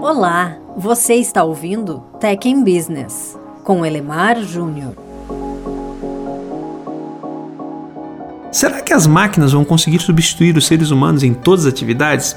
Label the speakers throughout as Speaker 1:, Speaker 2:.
Speaker 1: Olá, você está ouvindo Tech in Business, com Elemar Júnior.
Speaker 2: Será que as máquinas vão conseguir substituir os seres humanos em todas as atividades?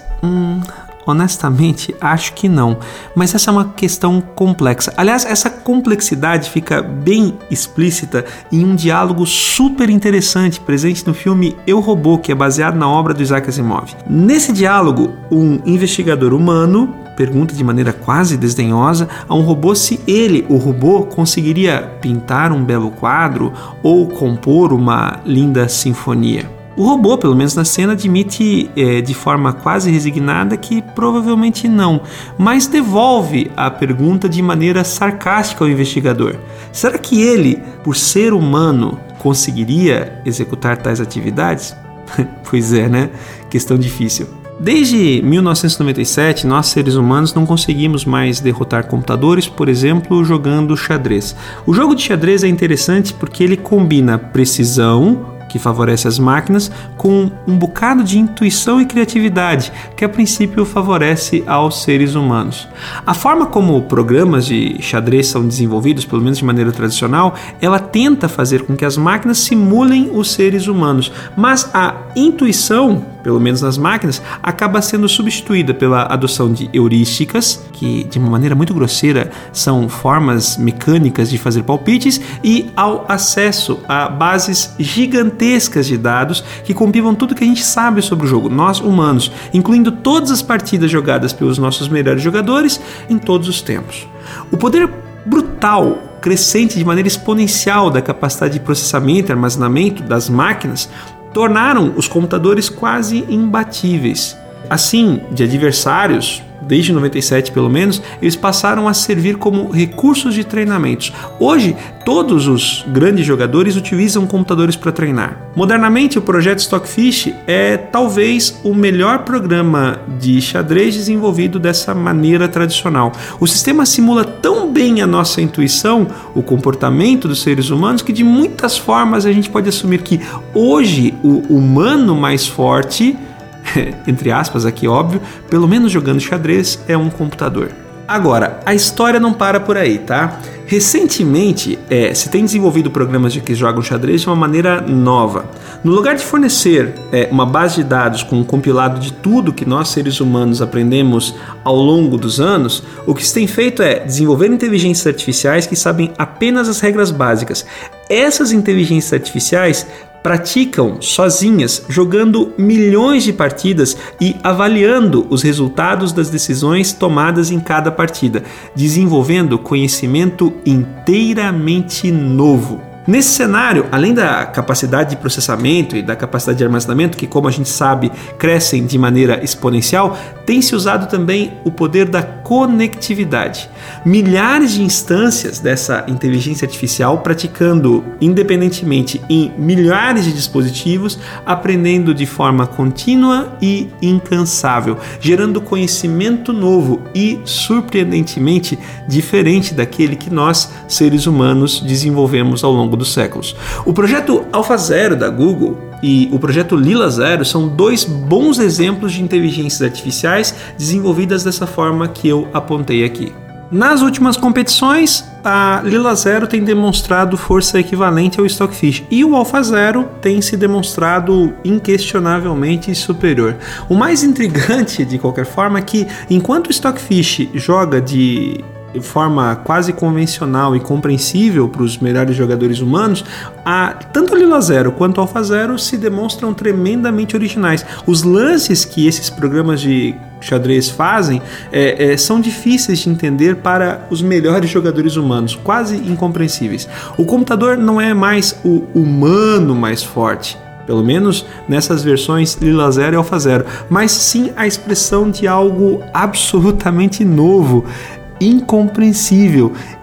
Speaker 2: Honestamente, acho que não. Mas essa é uma questão complexa. Aliás, essa complexidade fica bem explícita em um diálogo super interessante presente no filme Eu, Robô, que é baseado na obra do Isaac Asimov. Nesse diálogo, um investigador humano pergunta de maneira quase desdenhosa a um robô se ele, o robô, conseguiria pintar um belo quadro ou compor uma linda sinfonia. O robô, pelo menos na cena, admite de forma quase resignada que provavelmente não, mas devolve a pergunta de maneira sarcástica ao investigador. Será que ele, por ser humano, conseguiria executar tais atividades? Pois é, né? Questão difícil. Desde 1997, nós seres humanos não conseguimos mais derrotar computadores, por exemplo, jogando xadrez. O jogo de xadrez é interessante porque ele combina precisão, que favorece as máquinas, com um bocado de intuição e criatividade, que a princípio favorece aos seres humanos. A forma como programas de xadrez são desenvolvidos, pelo menos de maneira tradicional, ela tenta fazer com que as máquinas simulem os seres humanos, mas a intuição, pelo menos nas máquinas, acaba sendo substituída pela adoção de heurísticas, que de uma maneira muito grosseira são formas mecânicas de fazer palpites, e ao acesso a bases gigantescas de dados que compilam tudo que a gente sabe sobre o jogo, nós humanos, incluindo todas as partidas jogadas pelos nossos melhores jogadores em todos os tempos. O poder brutal, crescente de maneira exponencial da capacidade de processamento e armazenamento das máquinas tornaram os computadores quase imbatíveis. Assim, de adversários, desde 97 pelo menos, eles passaram a servir como recursos de treinamentos. Hoje, todos os grandes jogadores utilizam computadores para treinar. Modernamente, o projeto Stockfish é talvez o melhor programa de xadrez desenvolvido dessa maneira tradicional. O sistema simula tão bem a nossa intuição, o comportamento dos seres humanos, que de muitas formas a gente pode assumir que hoje o humano mais forte, entre aspas aqui óbvio, pelo menos jogando xadrez, é um computador. Agora, a história não para por aí, tá? Recentemente, se tem desenvolvido programas que jogam xadrez de uma maneira nova. No lugar de fornecer uma base de dados com um compilado de tudo que nós seres humanos aprendemos ao longo dos anos, o que se tem feito é desenvolver inteligências artificiais que sabem apenas as regras básicas. Essas inteligências artificiais praticam sozinhas, jogando milhões de partidas e avaliando os resultados das decisões tomadas em cada partida, desenvolvendo conhecimento inteiramente novo. Nesse cenário, além da capacidade de processamento e da capacidade de armazenamento, que, como a gente sabe, crescem de maneira exponencial, tem-se usado também o poder da conectividade. Milhares de instâncias dessa inteligência artificial praticando independentemente em milhares de dispositivos, aprendendo de forma contínua e incansável, gerando conhecimento novo e, surpreendentemente, diferente daquele que nós, seres humanos, desenvolvemos ao longo dos séculos. O projeto AlphaZero da Google e o projeto LilaZero são dois bons exemplos de inteligências artificiais desenvolvidas dessa forma que eu apontei aqui. Nas últimas competições, a LilaZero tem demonstrado força equivalente ao Stockfish e o AlphaZero tem se demonstrado inquestionavelmente superior. O mais intrigante, de qualquer forma, é que enquanto o Stockfish joga de forma quase convencional e compreensível para os melhores jogadores humanos, tanto a LilaZero quanto a AlphaZero se demonstram tremendamente originais. Os lances que esses programas de xadrez fazem são difíceis de entender para os melhores jogadores humanos, quase incompreensíveis. O computador não é mais o humano mais forte, pelo menos nessas versões LilaZero e AlphaZero, mas sim a expressão de algo absolutamente novo, incompreensível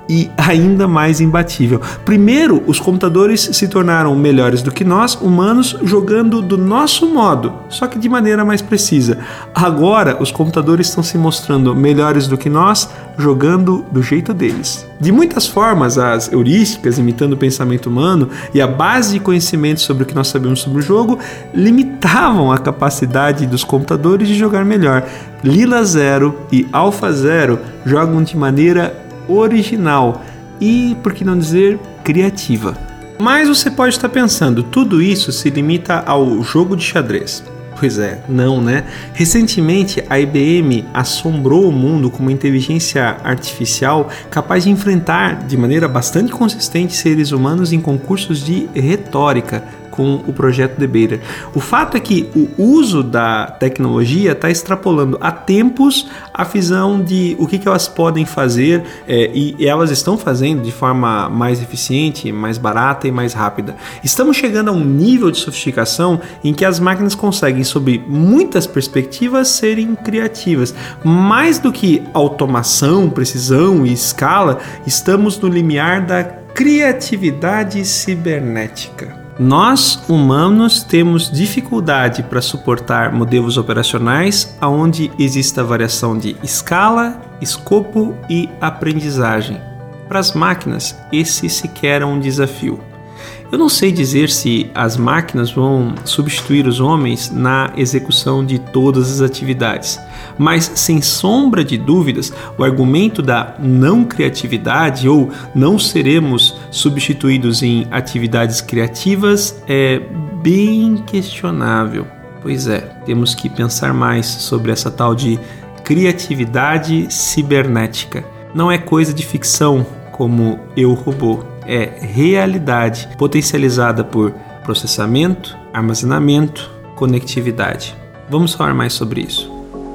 Speaker 2: e ainda mais imbatível. Primeiro, os computadores se tornaram melhores do que nós, humanos, jogando do nosso modo, só que de maneira mais precisa. Agora, os computadores estão se mostrando melhores do que nós, jogando do jeito deles. De muitas formas, as heurísticas, imitando o pensamento humano, e a base de conhecimento sobre o que nós sabemos sobre o jogo, limitavam a capacidade dos computadores de jogar melhor. Lila Zero e Alpha Zero jogam de maneira original e, por que não dizer, criativa. Mas você pode estar pensando, tudo isso se limita ao jogo de xadrez. Pois é, não, né? Recentemente, a IBM assombrou o mundo com uma inteligência artificial capaz de enfrentar de maneira bastante consistente seres humanos em concursos de retórica com o projeto Debater. O fato é que o uso da tecnologia está extrapolando há tempos a visão de o que elas podem fazer e elas estão fazendo de forma mais eficiente, mais barata e mais rápida. Estamos chegando a um nível de sofisticação em que as máquinas conseguem, sob muitas perspectivas, serem criativas. Mais do que automação, precisão e escala, estamos no limiar da criatividade cibernética. Nós, humanos, temos dificuldade para suportar modelos operacionais onde exista variação de escala, escopo e aprendizagem. Para as máquinas, esse sequer é um desafio. Eu não sei dizer se as máquinas vão substituir os homens na execução de todas as atividades, mas sem sombra de dúvidas, o argumento da não criatividade ou não seremos substituídos em atividades criativas é bem questionável. Pois é, temos que pensar mais sobre essa tal de criatividade cibernética. Não é coisa de ficção como Eu, Robô. É realidade potencializada por processamento, armazenamento, conectividade. Vamos falar mais sobre isso.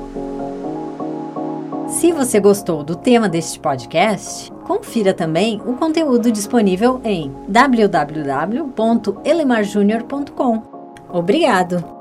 Speaker 1: Se você gostou do tema deste podcast, confira também o conteúdo disponível em www.elemarjunior.com. Obrigado!